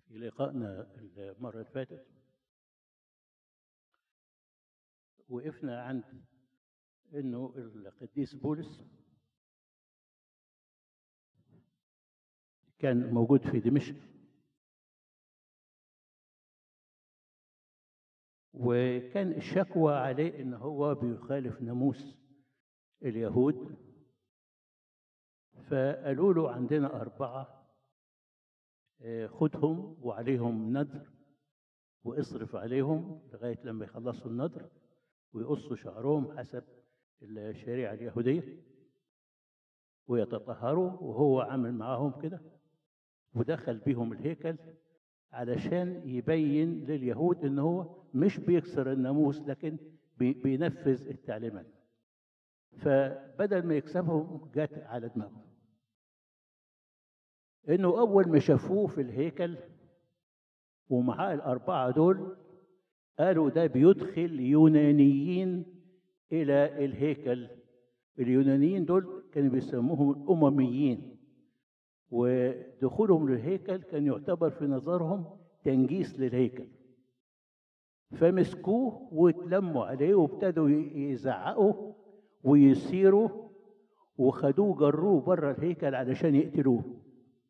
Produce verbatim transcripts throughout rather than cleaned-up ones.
في لقائنا المرة اللي فاتت وقفنا عند إنه القديس بولس كان موجود في دمشق، وكان الشكوى عليه إن هو بيخالف ناموس اليهود. فقالوا له عندنا أربعة خدهم وعليهم نذر واصرف عليهم لغاية لما يخلصوا النذر ويقصوا شعرهم حسب الشريعة اليهودية ويتطهروا، وهو عمل معاهم كده ودخل بيهم الهيكل علشان يبين لليهود إن هو مش بيكسر الناموس لكن بينفذ التعليمات. فبدل ما يكسبهم جت على دماغهم إنه أول ما شافوه في الهيكل ومعاه الأربعة دول قالوا ده بيدخل يونانيين إلى الهيكل. اليونانيين دول كانوا بيسموهم الأمميين، ودخولهم للهيكل كان يعتبر في نظرهم تنجيس للهيكل. فمسكوه واتلموا عليه وابتدوا يزعقوا ويسيروا وخدوه جروه بره الهيكل علشان يقتلوه.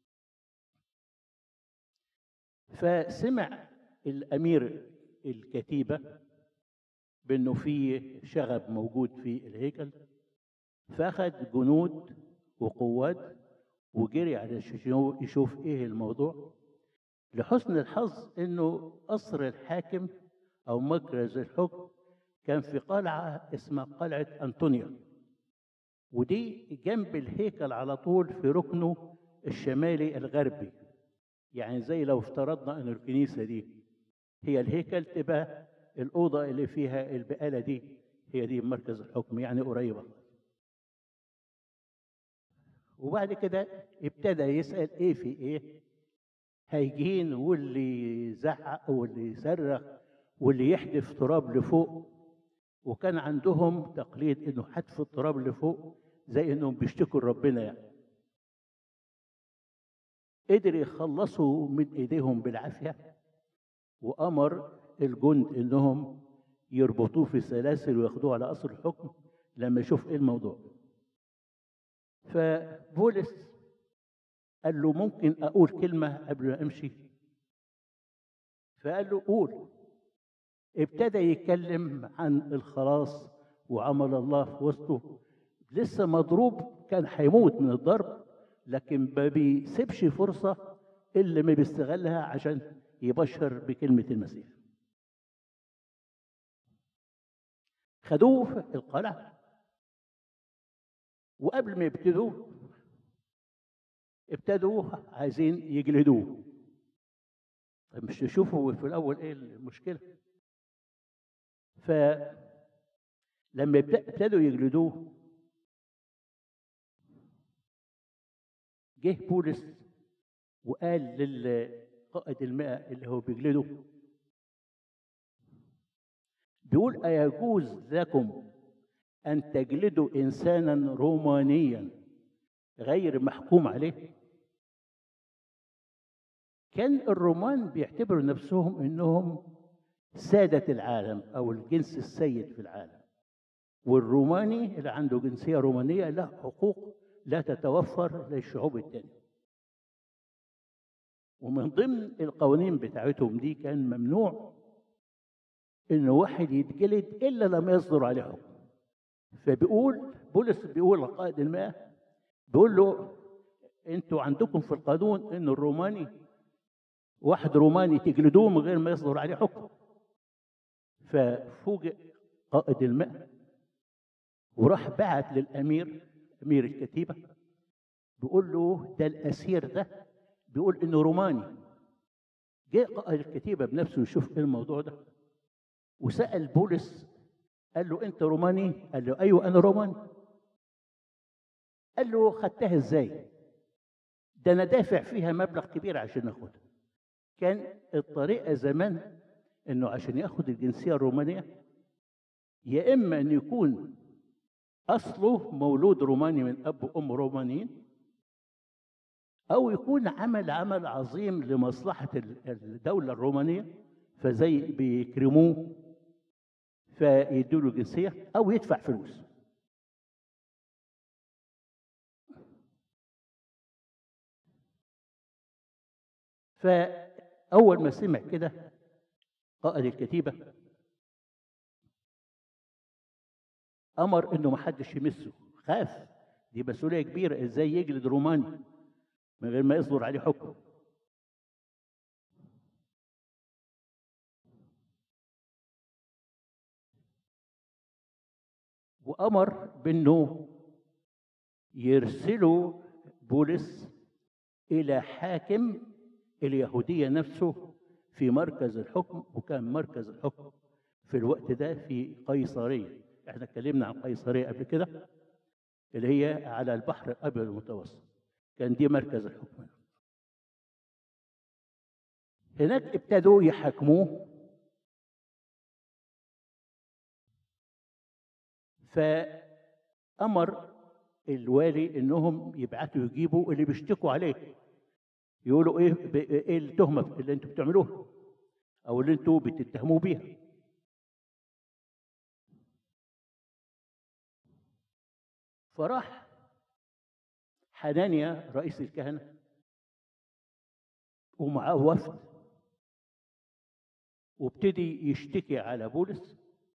فسمع الأمير الكتيبة بأنه في شغب موجود في الهيكل، فأخذ جنود وقوات وجري على يشوف إيه الموضوع. لحسن الحظ إنه قصر الحاكم أو مركز الحكم كان في قلعة اسمها قلعة أنطونيا، ودي جنب الهيكل على طول في ركنه الشمالي الغربي. يعني زي لو افترضنا أن الكنيسة دي هي الهيكل، تبقى الأوضة اللي فيها البقالة دي هي دي مركز الحكم، يعني قريبة. وبعد كده ابتدى يسأل إيه في إيه، هيجين واللي يزعق واللي يصرخ واللي يحدف تراب لفوق. وكان عندهم تقليد إنه حدف التراب لفوق زي إنهم بيشتكوا لربنا. يعني قدر يخلصوا من إيديهم بالعافية، وأمر الجند إنهم يربطوه في سلاسل وياخدوه على قصر الحكم لما يشوف إيه الموضوع. فبولس قال له ممكن أقول كلمة قبل ما أمشي؟ فقال له قول. ابتدى يتكلم عن الخلاص وعمل الله في وسطه. لسه مضروب، كان هيموت من الضرب، لكن ما بيسيبش فرصة اللي ما بيستغلها عشان يبشر بكلمة المسيح. خدوه في القلعة، وقبل ما يبتدوا ابتدوا عايزين يجلدوه. مش تشوفوا في الأول إيه المشكلة؟ فلما ابتدوا يجلدوه جه بولس وقال للقائد المئة اللي هو بيجلده، بيقول أيجوز لكم أن تجلدوا إنسانا رومانيا غير محكوم عليه؟ كان الرومان بيعتبروا نفسهم إنهم سادة العالم أو الجنس السيد في العالم، والروماني اللي عنده جنسية رومانية له حقوق لا تتوفر للشعوب التانية. ومن ضمن القوانين بتاعتهم دي كان ممنوع إن واحد يتجلد إلا لما يصدر عليه حكم. فبيقول بولس بيقول لقائد المئة، بيقول له أنتوا عندكم في القانون إن الروماني واحد روماني تجلدوه من غير ما يصدر عليه حكم. ففوجئ قائد المئة وراح بعت للأمير أمير الكتيبة بيقول له ده الأسير ده بيقول إنه روماني. جاء قائد الكتيبة بنفسه يشوف إيه الموضوع ده، وسأل بولس قال له أنت روماني؟ قال له أيوه أنا روماني. قال له خدتها إزاي؟ ده أنا دافع فيها مبلغ كبير عشان أخدها. كان الطريقة زمان إنه عشان ياخد الجنسية الرومانية يا إما أن يكون أصله مولود روماني من أب وأم رومانيين، أو يكون عمل عمل عظيم لمصلحة الدولة الرومانية، فزي بيكرموه فيدوا له جنسية أو يدفع فلوس. فأول ما سمع كده قائد الكتيبة أمر إنه ما حدش يمسه، خاف، دي مسؤولية كبيرة، إزاي يجلد روماني من غير ما يصدر عليه حكم. وأمر بأنه يرسلوا بولس إلى حاكم اليهودية نفسه في مركز الحكم، وكان مركز الحكم في الوقت ده في قيصرية. احنا اتكلمنا عن قيصرية قبل كده اللي هي على البحر الأبيض المتوسط، كان دي مركز الحكم. هناك ابتدوا يحاكموه، فأمر الوالي انهم يبعتوا يجيبوا اللي بيشتكوا عليه، يقولوا ايه ايه التهمه اللي انتوا بتعملوها او اللي انتوا بتتهموا بيها. فراح حنانيا رئيس الكهنه ومعاه وفد، وابتدي يشتكي على بولس.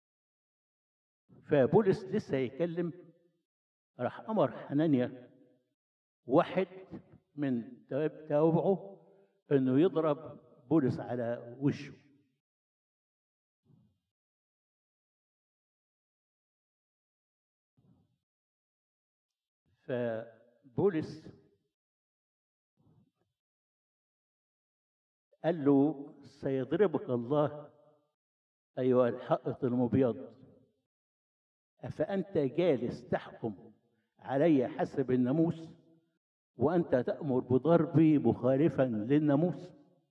فبولس لسه يكلم، راح امر حنانيا واحد من تابعه انه يضرب بولس على وشه. فبولس قال له سيضربك الله أيها الحائط المبيض، أفأنت جالس تحكم علي حسب الناموس وأنت تأمر بضربي مخالفا للناموس؟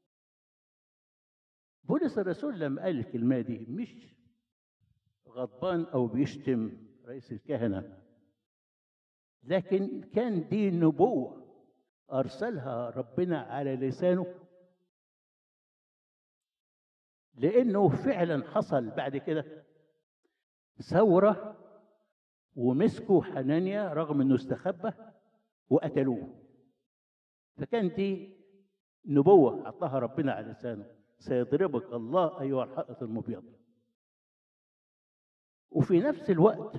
بولس الرسول لما قال الكلمة دي مش غضبان أو بيشتم رئيس الكهنة، لكن كان دي نبوة أرسلها ربنا على لسانه، لأنه فعلا حصل بعد كده ثورة ومسكوا حنانيا رغم أنه استخبى وقتلوه. فكان دي نبوة أعطاها ربنا على لسانه، سيضربك الله أيها الحائط المبيض. وفي نفس الوقت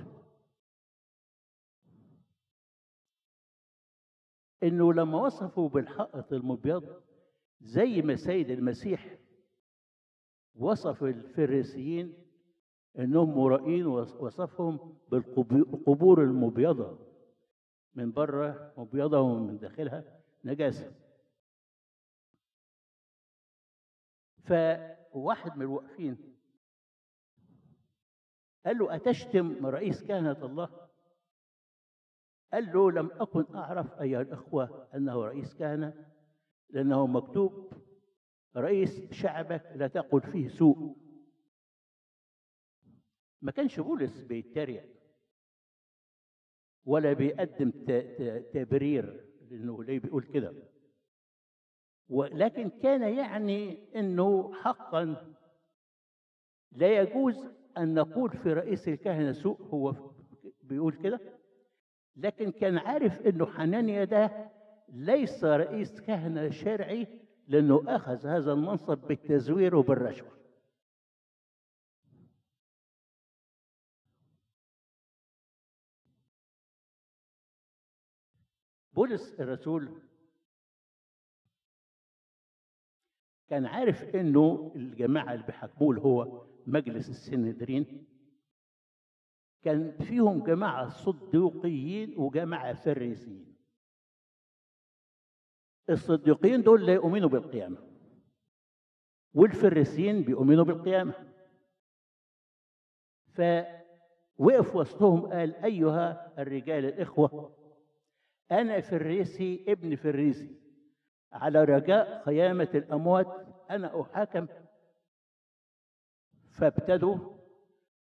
إنه لما وصفوا بالحائط المبيض زي ما سيد المسيح وصف الفريسيين إنهم مرائين، وصفهم بالقبور المبيضة، من بره مبيضة ومن داخلها نجاسة. فواحد من الواقفين قال له أتشتم رئيس كهنة الله؟ قال له لم أكن أعرف أيها الأخوة أنه رئيس كهنة، لأنه مكتوب رئيس شعبك لا تقل فيه سوء. ما كانش بولس بيتريق ولا بيقدم تبرير لأنه ليه بيقول كده، ولكن كان يعني أنه حقا لا يجوز أن نقول في رئيس الكهنة سوء، هو بيقول كده، لكن كان عارف أنه حنانيا ده ليس رئيس كهنة شرعي، لأنه أخذ هذا المنصب بالتزوير وبالرشوة. بولس الرسول كان عارف أنه الجماعة اللي بيحكموه اللي هو مجلس السنهدرين كان فيهم جماعة صدوقيين وجماعة فريسيين. الصديقين دول لا يؤمنوا بالقيامة، والفريسيين بيؤمنوا بالقيامة. فوقف وسطهم قال أيها الرجال الإخوة، أنا فريسي ابن فريسي، على رجاء قيامة الأموات أنا أحاكم. فابتدوا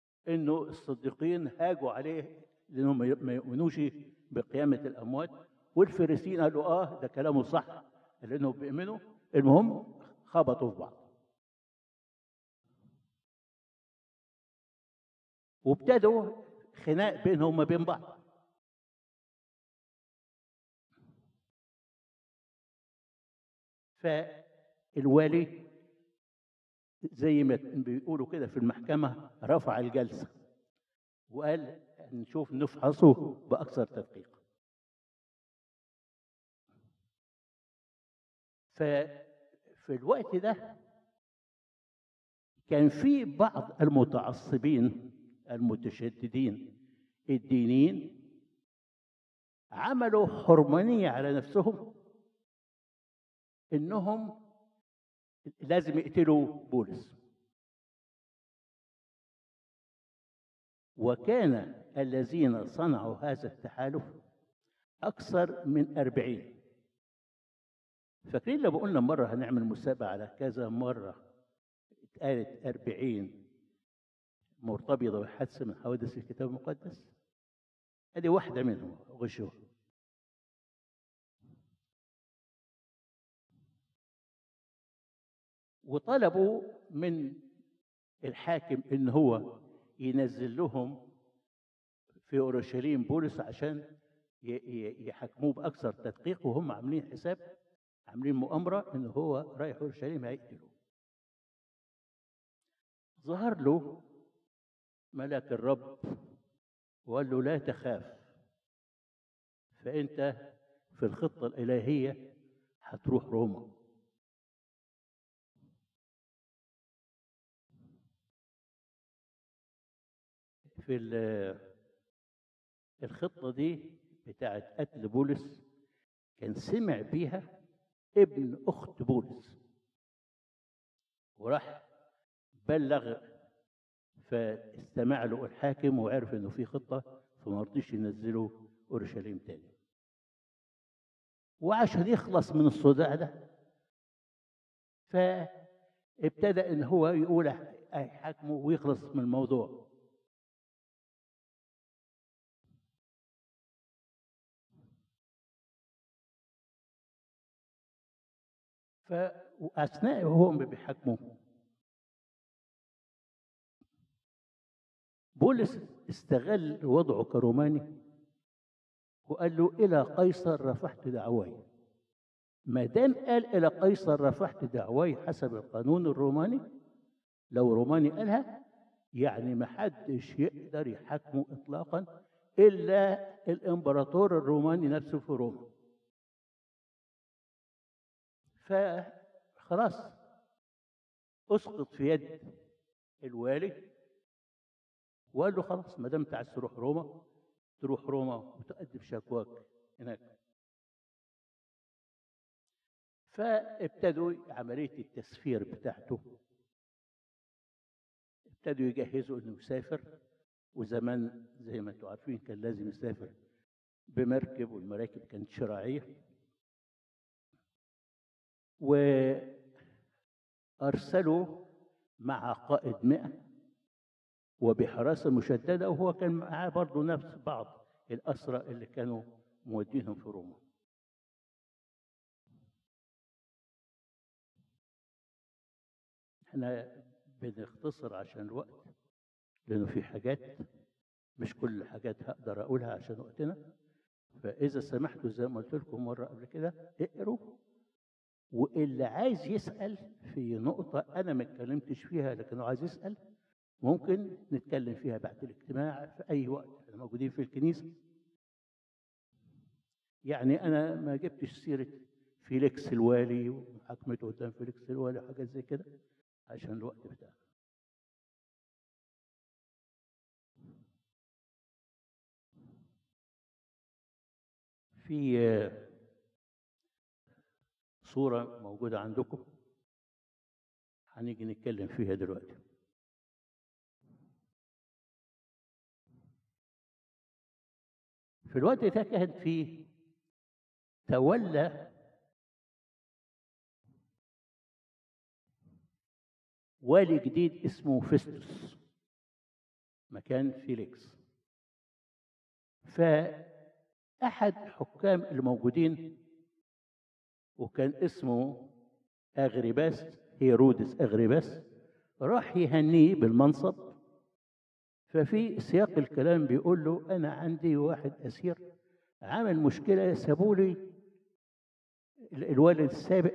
إنه الصديقين هاجوا عليه لأنهم ما يؤمنوش بقيامة الأموات، والفريسيين قالوا اه ده كلامه صح لانهم بيؤمنوا. المهم خبطوا في بعض وابتدوا خناق بينهم وبين بعض. فالوالي زي ما بيقولوا كده في المحكمة رفع الجلسة وقال نشوف نفحصه بأكثر تدقيق. ففي الوقت ده كان في بعض المتعصبين المتشددين الدينيين عملوا حرمانية على نفسهم إنهم لازم يقتلوا بولس. وكان الذين صنعوا هذا التحالف أكثر من أربعين. فاكرين لما قلنا مرة هنعمل مسابقة على كذا مرة اتقالت أربعين مرتبطة بحادثة من حوادث الكتاب المقدس؟ هذه واحدة منهم غشوه. وطلبوا من الحاكم إن هو ينزل لهم في أورشليم بولس عشان يحكموه بأكثر تدقيق، وهم عاملين حساب عاملين مؤامرة إن هو رايح أورشليم هيقتلوه. ظهر له ملاك الرب وقال له لا تخاف، فأنت في الخطة الإلهية هتروح روما. في الخطة دي بتاعت قتل بولس كان سمع بيها ابن أخت بولس وراح بلغ، فاستمع له الحاكم وعرف انه في خطة، فما رضيش ينزله اورشليم تاني. وعشان يخلص من الصداع ده فابتدى ان هو يقول هيحاكمه ويخلص من الموضوع. فاثناء وهم بيحاكموه بولس استغل وضعه كروماني وقال له إلى قيصر رفعت دعواي. ما دام قال إلى قيصر رفعت دعواي حسب القانون الروماني، لو روماني قالها يعني ما حدش يقدر يحاكمه إطلاقا إلا الإمبراطور الروماني نفسه في روما. فخلاص أسقط في يد الوالي وقال له خلاص ما دام انت عايز تروح روما تروح روما وتقدم شكواك هناك. فابتدوا عملية التسفير بتاعته، ابتدوا يجهزوا انه يسافر. وزمان زي ما انتم عارفين كان لازم يسافر بمركب، والمراكب كانت شراعية. وأرسلوا مع قائد مئة وبحراسة مشددة، وهو كان معاه برضه نفس بعض الأسرى اللي كانوا مودينهم في روما. احنا بنختصر عشان الوقت، لأنه في حاجات مش كل حاجات هقدر أقولها عشان وقتنا. فإذا سمحتوا زي ما قلت لكم مرة قبل كده اقروا، واللي عايز يسأل في نقطة أنا ما اتكلمتش فيها لكنه عايز يسأل ممكن نتكلم فيها بعد الاجتماع في أي وقت. احنا موجودين في الكنيسة. يعني أنا ما جبتش سيرة فيليكس الوالي ومحاكمته قدام فيليكس الوالي وحاجات زي كده عشان الوقت بتاعنا. في صورة موجودة عندكم هنيجي نتكلم فيها دلوقتي. في الوقت ده كان في تولى والي جديد اسمه فيستوس مكان فيليكس. ف أحد حكام الموجودين وكان اسمه أغرباس، هيرودس أغرباس، راح يهنيه بالمنصب. ففي سياق الكلام بيقول له أنا عندي واحد أسير عمل مشكلة، سابوا لي الوالد السابق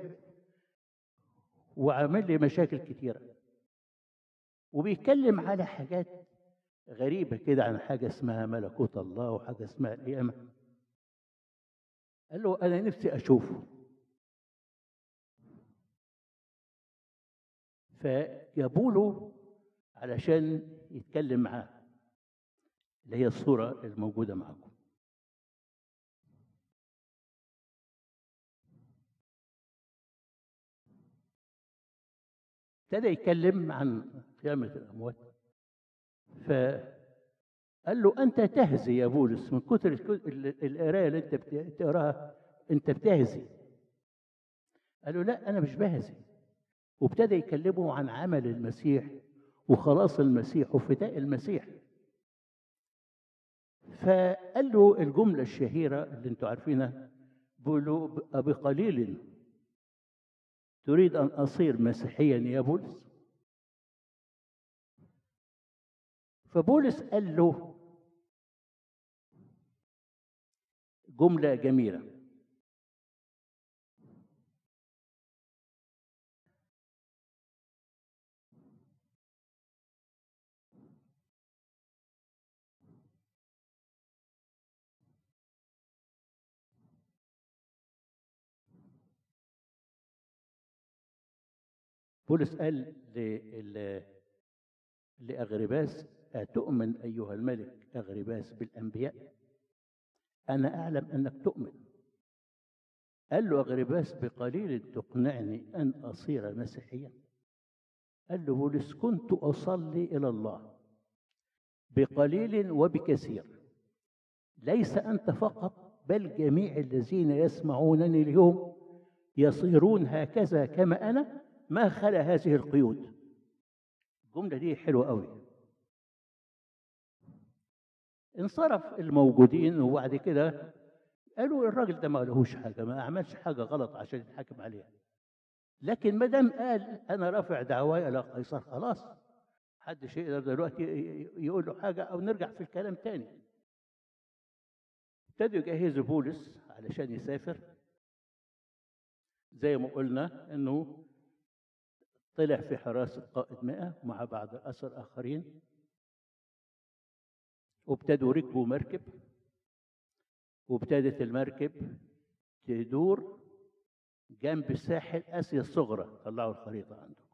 وعمل لي مشاكل كتيرة. وبيتكلم على حاجات غريبة كده، عن حاجة اسمها ملكوت الله وحاجة اسمها القيامة. قال له أنا نفسي أشوفه. فجابوا له علشان يتكلم معاه، اللي هي الصورة الموجودة معكم. ابتدى يتكلم عن قيامة الأموات. فقال له أنت تهزي يا بولس، من كتر القراية اللي أنت بتقراها أنت بتهزي. قال له لا أنا مش بهزي. وابتدى يكلمه عن عمل المسيح وخلاص المسيح وفداء المسيح. فقال له الجملة الشهيرة اللي انتوا عارفينها، بيقولوا بقليل تريد أن أصير مسيحيا يا بولس؟ فبولس قال له جملة جميلة، بولس قال لأغرباس أتؤمن أيها الملك أغرباس بالأنبياء؟ أنا أعلم أنك تؤمن. قال له أغرباس بقليل تقنعني أن أصير مسيحيا؟ قال له بولس كنت أصلي إلى الله بقليل وبكثير، ليس أنت فقط بل جميع الذين يسمعونني اليوم يصيرون هكذا كما أنا ما خلا هذه القيود. الجملة دي حلوة قوي. انصرف الموجودين وبعد كده قالوا الراجل ده ما لهوش حاجة، ما عملش حاجة غلط عشان يتحاكم عليها. لكن ما دام قال أنا رافع دعواي إلى قيصر، خلاص محدش يقدر دلوقتي يقول له حاجة أو نرجع في الكلام تاني. ابتدوا يجهزوا بولس علشان يسافر. زي ما قلنا إنه طلع في حراسة قائد مئة مع بعض الأسر آخرين، وابتدوا ركبوا مركب، وابتدت المركب تدور جنب ساحل آسيا الصغرى. طلعوا الخريطة عندكم.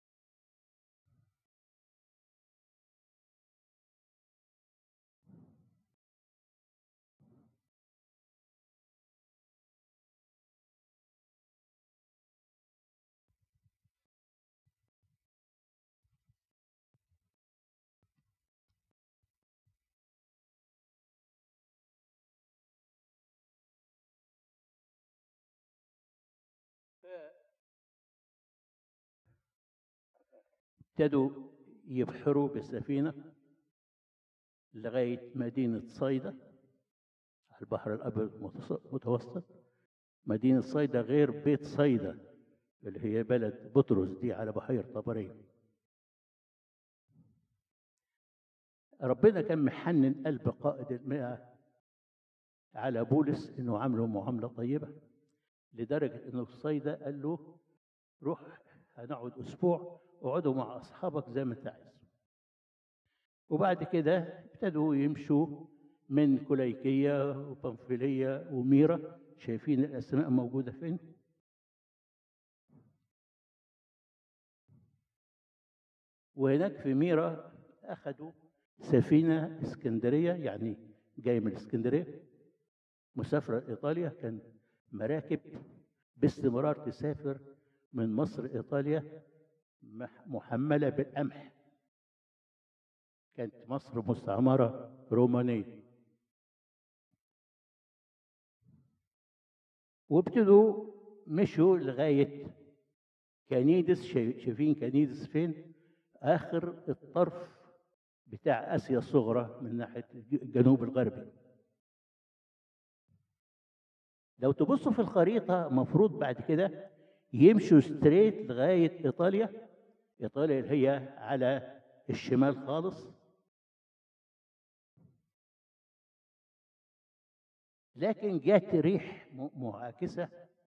ابتدوا يبحروا بالسفينة لغاية مدينة صيدا على البحر الأبيض المتوسط. مدينة صيدا غير بيت صيدا اللي هي بلد بطرس دي على بحيرة طبرية. ربنا كان محنن قلب قائد المئة على بولس إنه عامله معاملة طيبة، لدرجة إنه في صيدا قال له روح هنقعد أسبوع، اقعدوا مع أصحابك زي ما أنت عايز. وبعد كده ابتدوا يمشوا من كليكية وبنفيلية وميرا. شايفين الأسماء موجودة فين؟ وهناك في ميرا أخذوا سفينة اسكندرية، يعني جاي من اسكندرية مسافرة إيطاليا. كان مراكب باستمرار تسافر من مصر إيطاليا محملة بالقمح. كانت مصر مستعمرة رومانية. وابتدوا مشوا لغاية كنيدس. شايفين كنيدس فين؟ آخر الطرف بتاع آسيا الصغرى من ناحية الجنوب الغربي. لو تبصوا في الخريطة مفروض بعد كده يمشوا ستريت لغاية إيطاليا. إيطاليا اللي هي على الشمال خالص، لكن جات ريح معاكسة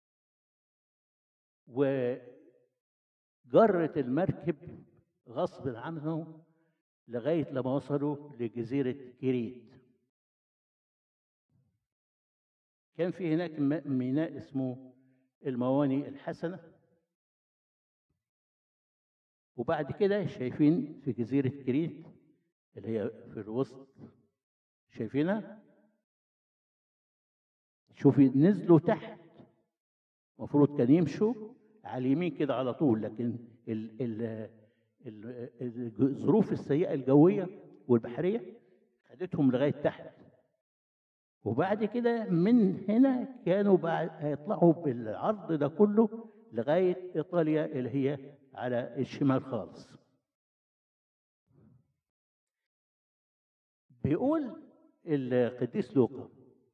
وجرت المركب غصب عنهم لغاية لما وصلوا لجزيرة كريت. كان في هناك ميناء اسمه المواني الحسنة، وبعد كده شايفين في جزيرة كريت اللي هي في الوسط، شايفينها؟ شوفي نزلوا تحت، المفروض كان يمشوا على اليمين كده على طول، لكن ال ال الظروف السيئة الجوية والبحرية خدتهم لغاية تحت. وبعد كده من هنا كانوا بعد هيطلعوا بالعرض ده كله لغاية إيطاليا اللي هي على الشمال خالص. بيقول القديس لوقا: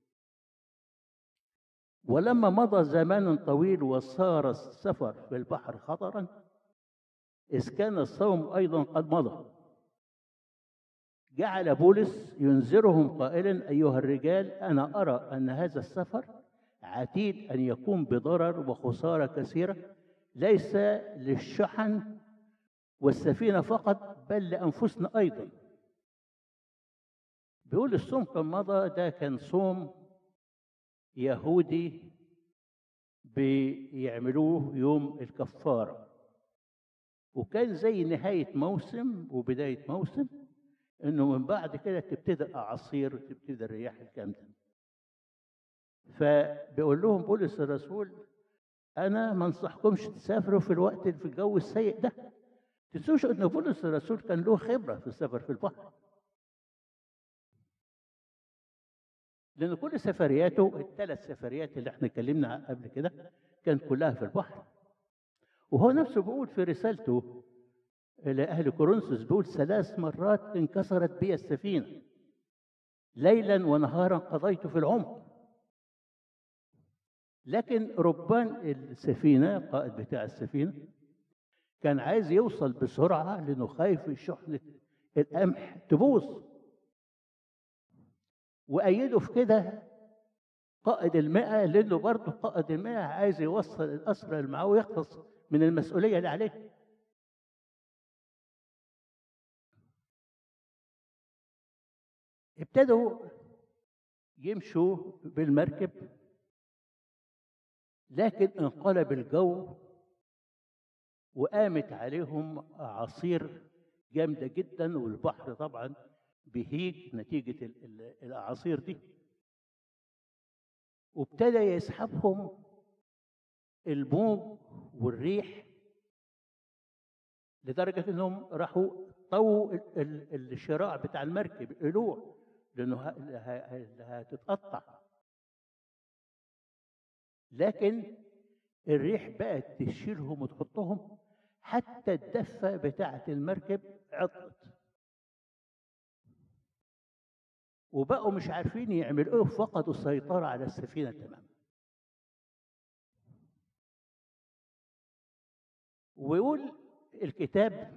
ولما مضى زمان طويل وصار السفر في البحر خطرا، إذ كان الصوم أيضا قد مضى، جعل بولس ينذرهم قائلا: أيها الرجال، أنا أرى أن هذا السفر عتيد أن يكون بضرر وخسارة كثيرة، ليس للشحن والسفينة فقط بل لأنفسنا أيضا. بيقول الصوم كان مضى، ده كان صوم يهودي بيعملوه يوم الكفارة، وكان زي نهاية موسم وبداية موسم، إنه من بعد كده تبتدأ أعاصير وتبتدأ الرياح الجامدة. فبيقول لهم بولس الرسول: أنا ما انصحكمش تسافروا في الوقت في الجو السيء ده. تنسوش إن بولس الرسول كان له خبرة في السفر في البحر، لأن كل سفرياته الثلاث سفريات اللي احنا اتكلمنا قبل كده كانت كلها في البحر. وهو نفسه بيقول في رسالته لأهل كورنثوس، بيقول: ثلاث مرات انكسرت بي السفينة، ليلا ونهارا قضيت في العمق. لكن ربان السفينة، القائد بتاع السفينة، كان عايز يوصل بسرعة لأنه خايف شحنة القمح تبوظ. وأيده في كده قائد المئة، لأنه برضه قائد المئة عايز يوصل الأسرى اللي معاه ويخلص من المسؤولية اللي عليه. ابتدوا يمشوا بالمركب، لكن انقلب الجو وقامت عليهم أعاصير جامدة جدا، والبحر طبعا بيهيج نتيجة الأعاصير دي، وابتدى يسحبهم الموج والريح لدرجة انهم راحوا طووا الشراع بتاع المركب القلوع، لانه هتتقطع. لكن الريح بقت تشيلهم وتحطهم، حتى الدفة بتاعة المركب عطلت، وبقوا مش عارفين يعملوا ايه، فقدوا السيطرة على السفينة تماما. ويقول الكتاب: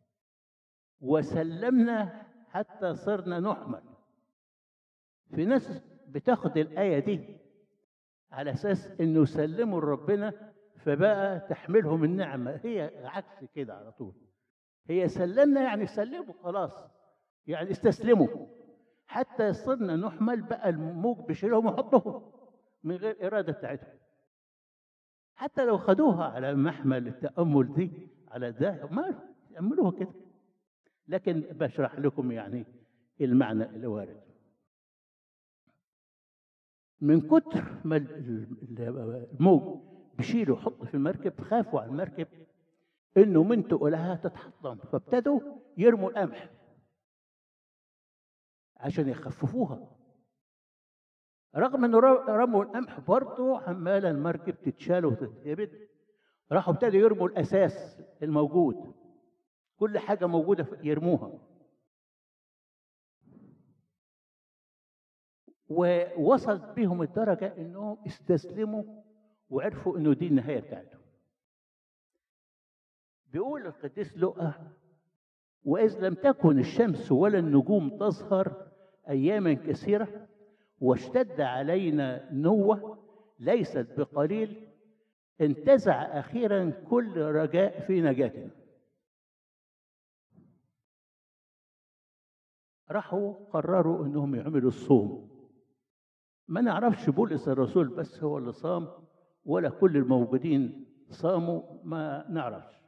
وسلمنا حتى صرنا نحمل. في ناس بتاخد الآية دي على أساس إنه سلموا لربنا فبقى تحملهم النعمة، هي عكس كده على طول. هي سلمنا يعني سلموا خلاص، يعني استسلموا حتى صرنا نحمل، بقى الموج بيشيلهم ويحطهم من غير إرادة بتاعتهم. حتى لو خدوها على محمل التأمل دي على ده ما يعملوها كده، لكن بشرح لكم يعني المعنى الوارد. من كتر ما الموج بيشيله ويحط في المركب، خافوا على المركب انه من تقولها تتحطم، فابتدوا يرموا القمح عشان يخففوها. رغم انه رموا القمح برضه عماله المركب تتشال وتتهبد، راحوا ابتدوا يرموا الاساس الموجود، كل حاجه موجوده يرموها. ووصلت بهم الدرجة إنهم استسلموا وعرفوا إنه دي النهاية بتاعتهم. بيقول القديس لوقا: وإذ لم تكن الشمس ولا النجوم تظهر أياما كثيرة واشتد علينا نوة ليست بقليل، انتزع أخيرا كل رجاء في نجاتنا. راحوا قرروا إنهم يعملوا الصوم. ما نعرفش بولس الرسول بس هو اللي صام ولا كل الموجودين صاموا، ما نعرفش،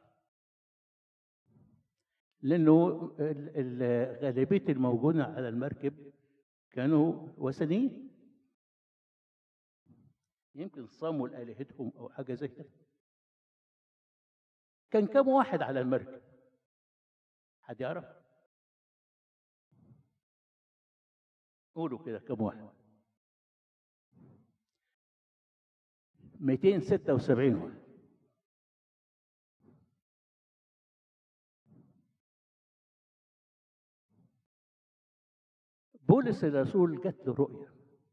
لأنه غالبية الموجودين على المركب كانوا وثنيين، يمكن صاموا لآلهتهم أو حاجة زي كده. كان كم واحد على المركب؟ حد يعرف؟ قولوا كده كم واحد؟ مئتين وستة وسبعين واحد. بولس الرسول جات له رؤية،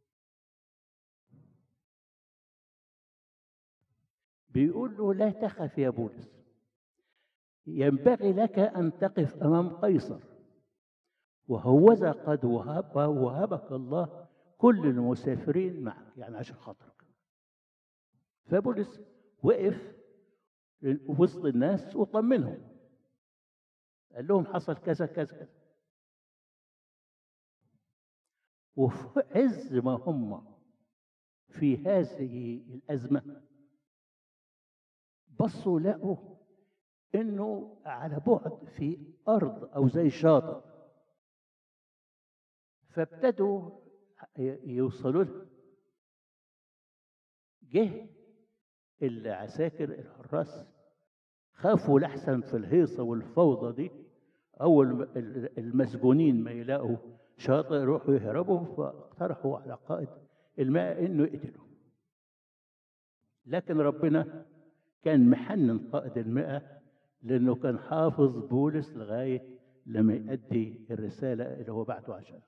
بيقول له: لا تخف يا بولس، ينبغي لك أن تقف أمام قيصر، وهوذا قد وهب وهبك الله كل المسافرين معك، يعني عشان خاطرك. فبولس وقف وسط الناس وطمنهم، قال لهم حصل كذا كذا كذا. وفي عز ما هم في هذه الأزمة بصوا لقوا إنه على بعد في أرض أو زي شاطئ، فابتدوا يوصلوا له. جه العساكر الحراس خافوا لحسن في الهيصة والفوضى دي، أول المسجونين ما يلاقوا شاطئ يروحوا يهربوا، فاقترحوا على قائد الماء إنه يقتلوا. لكن ربنا كان محنن قائد المئة، لأنه كان حافظ بولس لغاية لما يؤدي الرسالة اللي هو بعته عشان.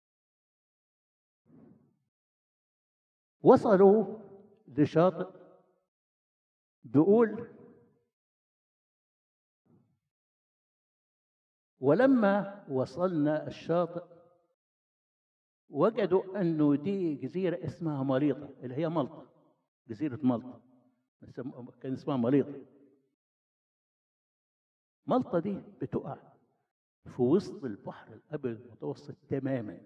وصلوا لشاطئ، بيقول: ولما وصلنا الشاطئ وجدوا أنه دي جزيرة اسمها مليطة، اللي هي ملطة، جزيرة ملطة، كان اسمها مليطة. ملطة دي بتقع في وسط البحر الأبيض المتوسط تماما،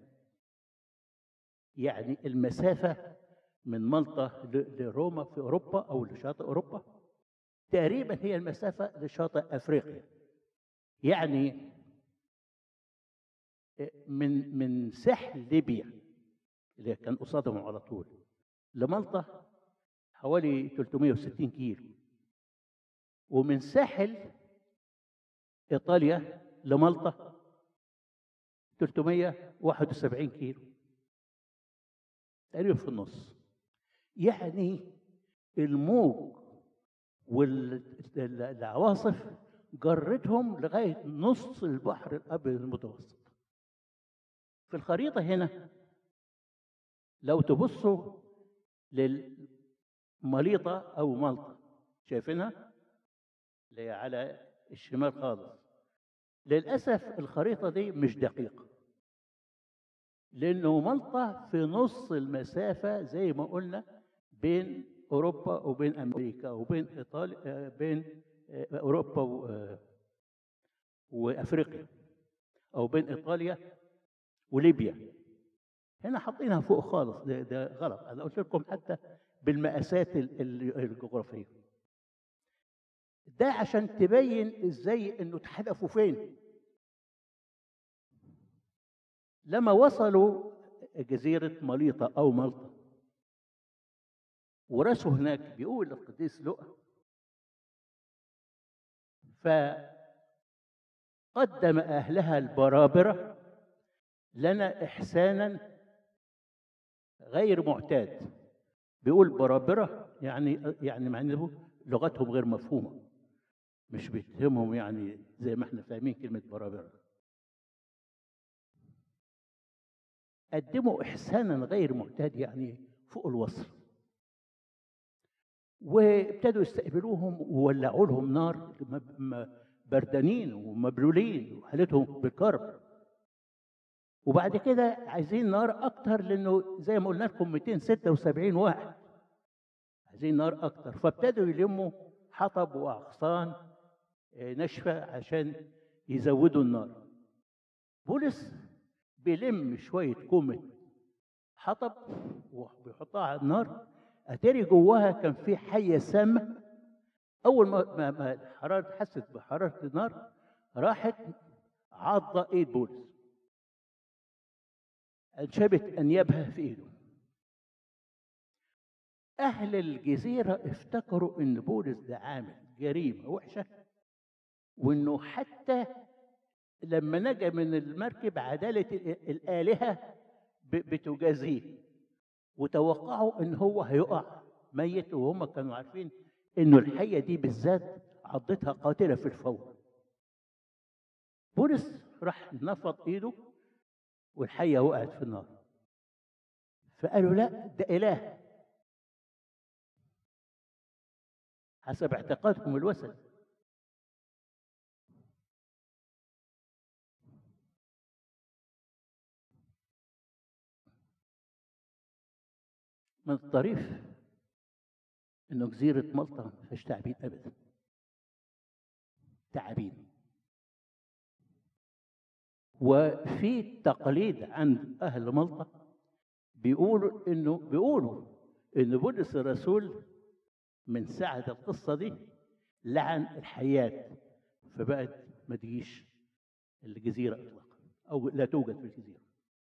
يعني المسافة من ملطة لروما في أوروبا أو لشاطئ أوروبا تقريبا هي المسافة لشاطئ أفريقيا. يعني من من ساحل ليبيا اللي كان قصادهم على طول لملطة حوالي ثلاثمئة وستين كيلو، ومن ساحل إيطاليا لملطة ثلاثمئة وواحد وسبعين كيلو، تقريبا في النص. يعني الموج والعواصف جرتهم لغاية نص البحر الأبيض المتوسط. في الخريطة هنا لو تبصوا للمليطة أو ملطة، شايفينها اللي هي على الشمال خالص. للأسف الخريطة دي مش دقيقة، لأنه ملطة في نص المسافة زي ما قلنا بين أوروبا وبين أمريكا وبين إيطاليا، بين أوروبا وأفريقيا، أو بين إيطاليا وليبيا. هنا حاطينها فوق خالص، ده, ده غلط. أنا قلت لكم حتى بالمقاسات الجغرافية، ده عشان تبين إزاي إنه اتحدفوا فين. لما وصلوا جزيرة مليطة أو ملطة ورسوا هناك، بيقول القديس لوقا: فقدم أهلها البرابرة لنا إحسانا غير معتاد. بيقول برابرة يعني يعني معناه لغتهم غير مفهومة، مش بيتهمهم يعني زي ما احنا فاهمين كلمة برابرة. قدموا إحسانا غير معتاد، يعني فوق الوصف، وابتدوا يستقبلوهم وولعوا لهم نار، بردانين ومبلولين وحالتهم بالكرب. وبعد كده عايزين نار أكتر، لأنه زي ما قلنا لكم مئتين وستة وسبعين واحد، عايزين نار أكتر. فابتدوا يلموا حطب وأغصان ناشفة عشان يزودوا النار. بولس بيلم شوية كومة حطب وبيحطها على النار، أتاري جواها كان في حية سامة. أول ما ما الحرارة حست بحرارة النار راحت عضة إيد بولس، انشبت أنيابها في إيده. أهل الجزيرة افتكروا إن بولس ده عامل جريمة وحشة، وإنه حتى لما نجا من المركب عدالة الآلهة بتجازيه، وتوقعوا إن هو هيقع ميت، وهم كانوا عارفين إنه الحية دي بالذات عضتها قاتلة في الفور. بولس راح نفض إيده والحية وقعت في النار، فقالوا لا ده إله حسب اعتقادهم الوثني. من الطريف إنه جزيرة مالطا ما فيهاش تعابين أبدا، تعابين. وفي تقليد عند أهل مالطا بيقولوا إنه بيقولوا إن بولس الرسول من ساعة القصة دي لعن الحيات، فبقت ما تجيش الجزيرة إطلاقا، أو لا توجد في الجزيرة.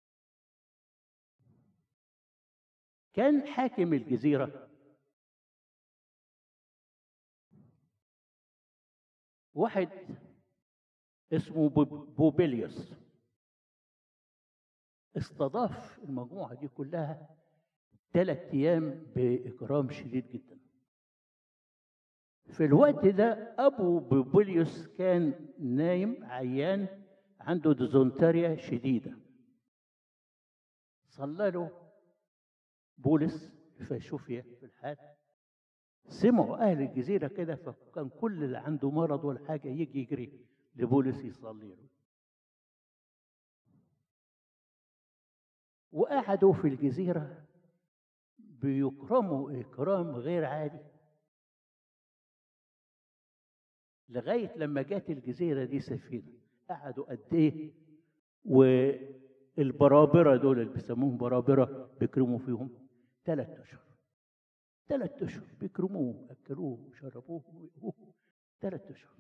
كان حاكم الجزيرة واحد اسمه بوبيليوس، استضاف المجموعة دي كلها ثلاث أيام بإكرام شديد جدا. في الوقت ده أبو بوبيليوس كان نايم عيان، عنده ديزونتاريا شديدة. صلى له بولس فشفي في الحال. سمعوا أهل الجزيرة كده، فكان كل اللي عنده مرض ولا حاجة يجي يجري لبولس يصلي له. وقعدوا في الجزيرة بيكرموا إكرام غير عادي، لغاية لما جات الجزيرة دي سفينة. قعدوا قد إيه، والبرابرة دول اللي بيسموهم برابرة بيكرموا فيهم ثلاث أشهر. ثلاث أشهر بيكرموه، أكلوه وشربوه ويقوه ثلاث أشهر.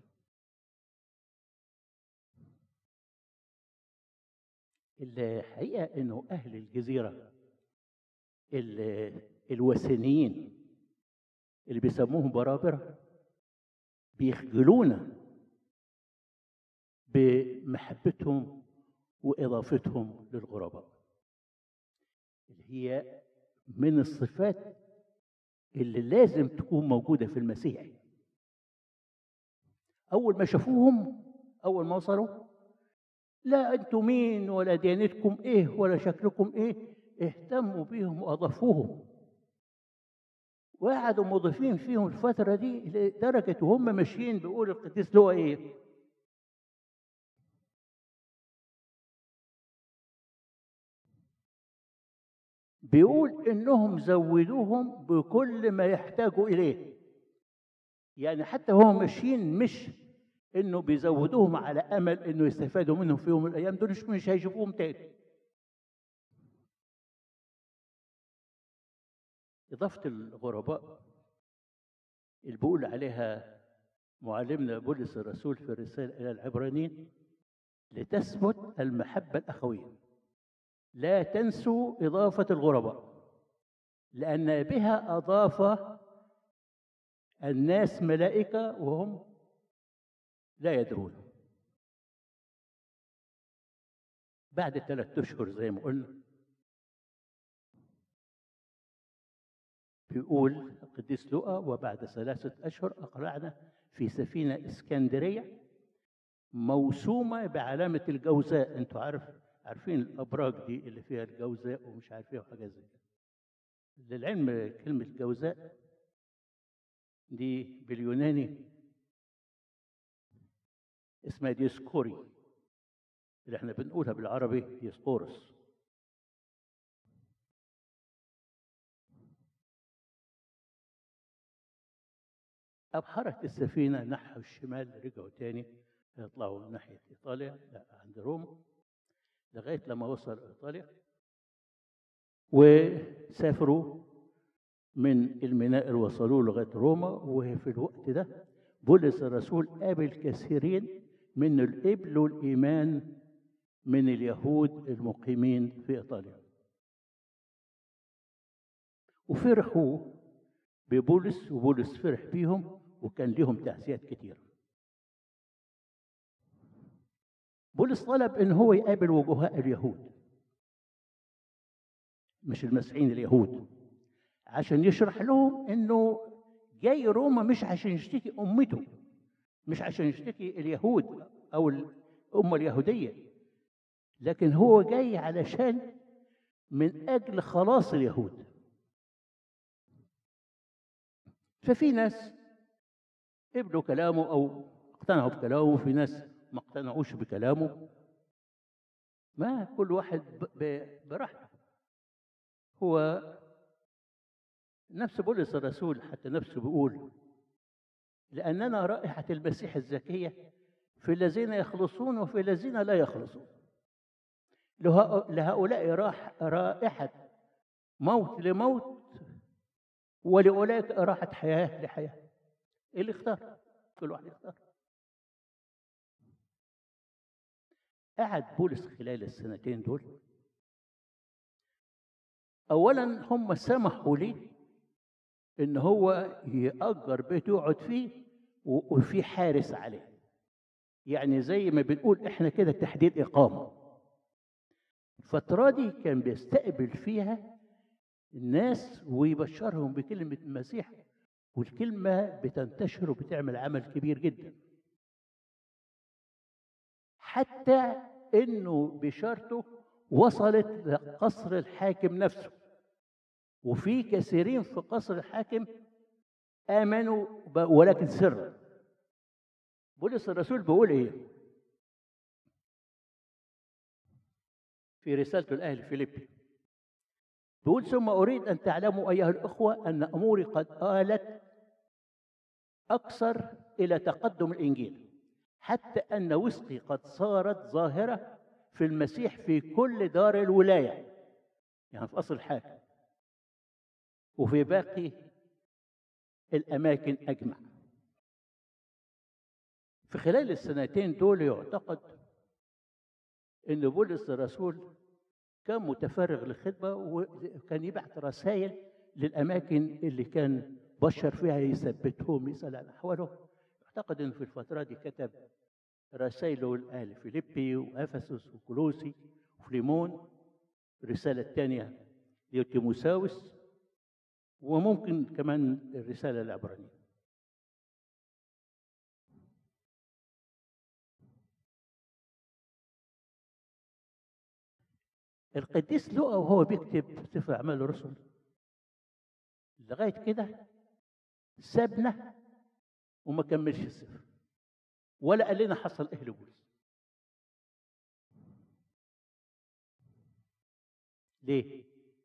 الحقيقة إنه أهل الجزيرة الوثنيين اللي بيسموهم برابرة بيخجلونا بمحبتهم وإضافتهم للغرباء، اللي هي من الصفات اللي لازم تكون موجودة في المسيح. أول ما شافوهم، أول ما وصلوا، لا أنتم مين ولا ديانتكم إيه ولا شكلكم إيه، اهتموا بيهم وأضافوهم، وقعدوا مضيفين فيهم الفترة دي لدرجة وهم ماشيين بيقول القديس لوقا إيه؟ بيقول إنهم زودوهم بكل ما يحتاجوا إليه. يعني حتى هم ماشيين مش إنه بيزودوهم على أمل إنه يستفادوا منهم في يوم من الأيام، دول مش هيشوفوهم تاني. إضافة الغرباء اللي بيقول عليها معلمنا بولس الرسول في الرسالة إلى العبرانيين: لتثبت المحبة الأخوية لا تنسوا إضافة الغرباء، لأن بها أضاف الناس ملائكة وهم لا يدرون. بعد ثلاثة أشهر زي ما قلنا، بيقول القديس لوقا: وبعد ثلاثة أشهر أقلعنا في سفينة اسكندرية موسومة بعلامة الجوزاء. أنتوا عارف عارفين الابراج دي اللي فيها الجوزاء ومش عارف ايه وحاجات زي كده. للعلم كلمه جوزاء دي باليوناني اسمها ديسكوري، اللي احنا بنقولها بالعربي ديسقورس. أبحرت السفينة نحو الشمال، رجعوا تاني يطلعوا من ناحية إيطاليا، لا عند روما، لغاية لما وصل إيطاليا وسافروا من الميناء وصلوا لغاية روما. وفي الوقت ده بولس الرسول قابل كثيرين من القبل والإيمان من اليهود المقيمين في إيطاليا، وفرحوا ببولس وبولس فرح بيهم، وكان لهم تحسيات كتير. بولس طلب ان هو يقابل وجهاء اليهود، مش المسيحيين، اليهود، عشان يشرح لهم انه جاي روما مش عشان يشتكي امته، مش عشان يشتكي اليهود او الامه اليهوديه، لكن هو جاي علشان من اجل خلاص اليهود. ففي ناس قبلوا كلامه او اقتنعوا بكلامه، وفي ناس ما اقتنعوش بكلامه، ما كل واحد براحته. هو نفس بولس الرسول حتى نفسه بيقول: لأننا رائحة المسيح الزكية في الذين يخلصون وفي الذين لا يخلصون. لهؤلاء راح رائحة موت لموت، ولأولئك راحة حياة لحياة. اللي اختار، كل واحد يختار. قعد بولس خلال السنتين دول، أولا هم سمحوا لي إن هو يأجر بيت يقعد فيه وفي حارس عليه، يعني زي ما بنقول إحنا كده تحديد إقامة. الفترة دي كان بيستقبل فيها الناس ويبشرهم بكلمة المسيح، والكلمة بتنتشر وبتعمل عمل كبير جدا، حتى إنه بشارته وصلت لقصر الحاكم نفسه، وفي كثيرين في قصر الحاكم آمنوا ولكن سرا. بولس الرسول بيقول إيه في رسالته لأهل فيليبي؟ بيقول: ثم أريد أن تعلموا أيها الأخوة أن أموري قد آلت أكثر إلى تقدم الإنجيل، حتى أن وثقي قد صارت ظاهرة في المسيح في كل دار الولاية، يعني في قصر الحاكم وفي باقي الأماكن أجمع. في خلال السنتين دول يعتقد أن بولس الرسول كان متفرغ للخدمة، وكان يبعث رسائل للأماكن اللي كان بشر فيها، يثبتهم، يسأل عن أحوالهم. يعتقد أنه في الفترة دي كتب رسائله لأهل فيليبي وأفسس وكولوسي وفليمون، الرسالة الثانية لتيموثاوس، وممكن كمان الرسالة العبرانية. القديس لوقا وهو بيكتب سفر أعمال الرسل لغاية كده سابنا وما كملش السفر، ولا قال لنا حصل إيه لبولس. ليه؟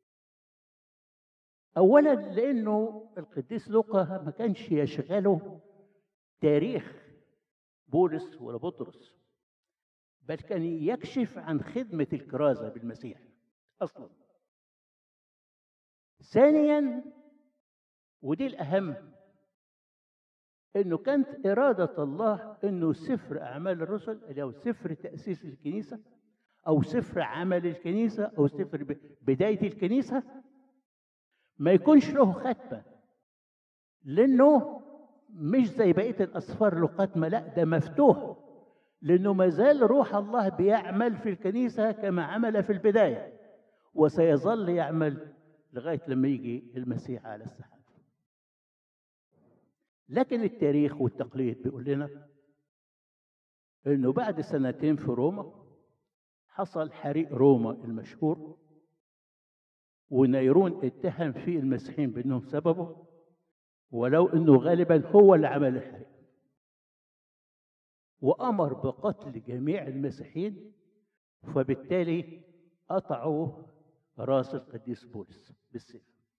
أولا لأنه القديس لوقا ما كانش يشغله تاريخ بولس ولا بطرس، بل كان يكشف عن خدمة الكرازة بالمسيح أصلا. ثانيا ودي الأهم، إنه كانت إرادة الله إنه سفر أعمال الرسل اللي هو سفر تأسيس الكنيسة أو سفر عمل الكنيسة أو سفر بداية الكنيسة ما يكونش له ختمة، لأنه مش زي بقية الأسفار له ختمة، لا ده مفتوح، لأنه ما زال روح الله بيعمل في الكنيسة كما عمل في البداية، وسيظل يعمل لغاية لما يجي المسيح على السحاب. لكن التاريخ والتقليد بيقول لنا إنه بعد سنتين في روما حصل حريق روما المشهور، ونيرون اتهم فيه المسيحيين بأنهم سببه، ولو أنه غالبا هو اللي عمل الحريق، وأمر بقتل جميع المسيحيين، فبالتالي قطعوا راس القديس بولس بالسيف.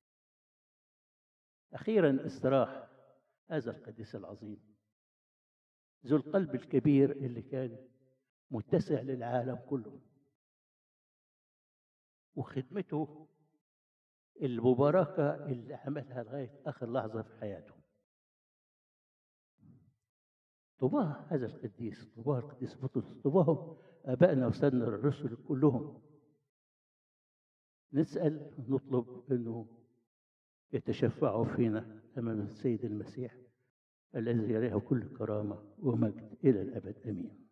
أخيرا استراح هذا القديس العظيم ذو القلب الكبير اللي كان متسع للعالم كله، وخدمته المباركة اللي عملها لغاية آخر لحظة في حياته. طوباه هذا القديس، طوباه القديس بطرس، طوباه آبائنا وسادنا الرسل كلهم. نسأل نطلب أنه يتشفعوا فينا أمام السيد المسيح الذي له كل كرامة ومجد إلى الأبد. آمين.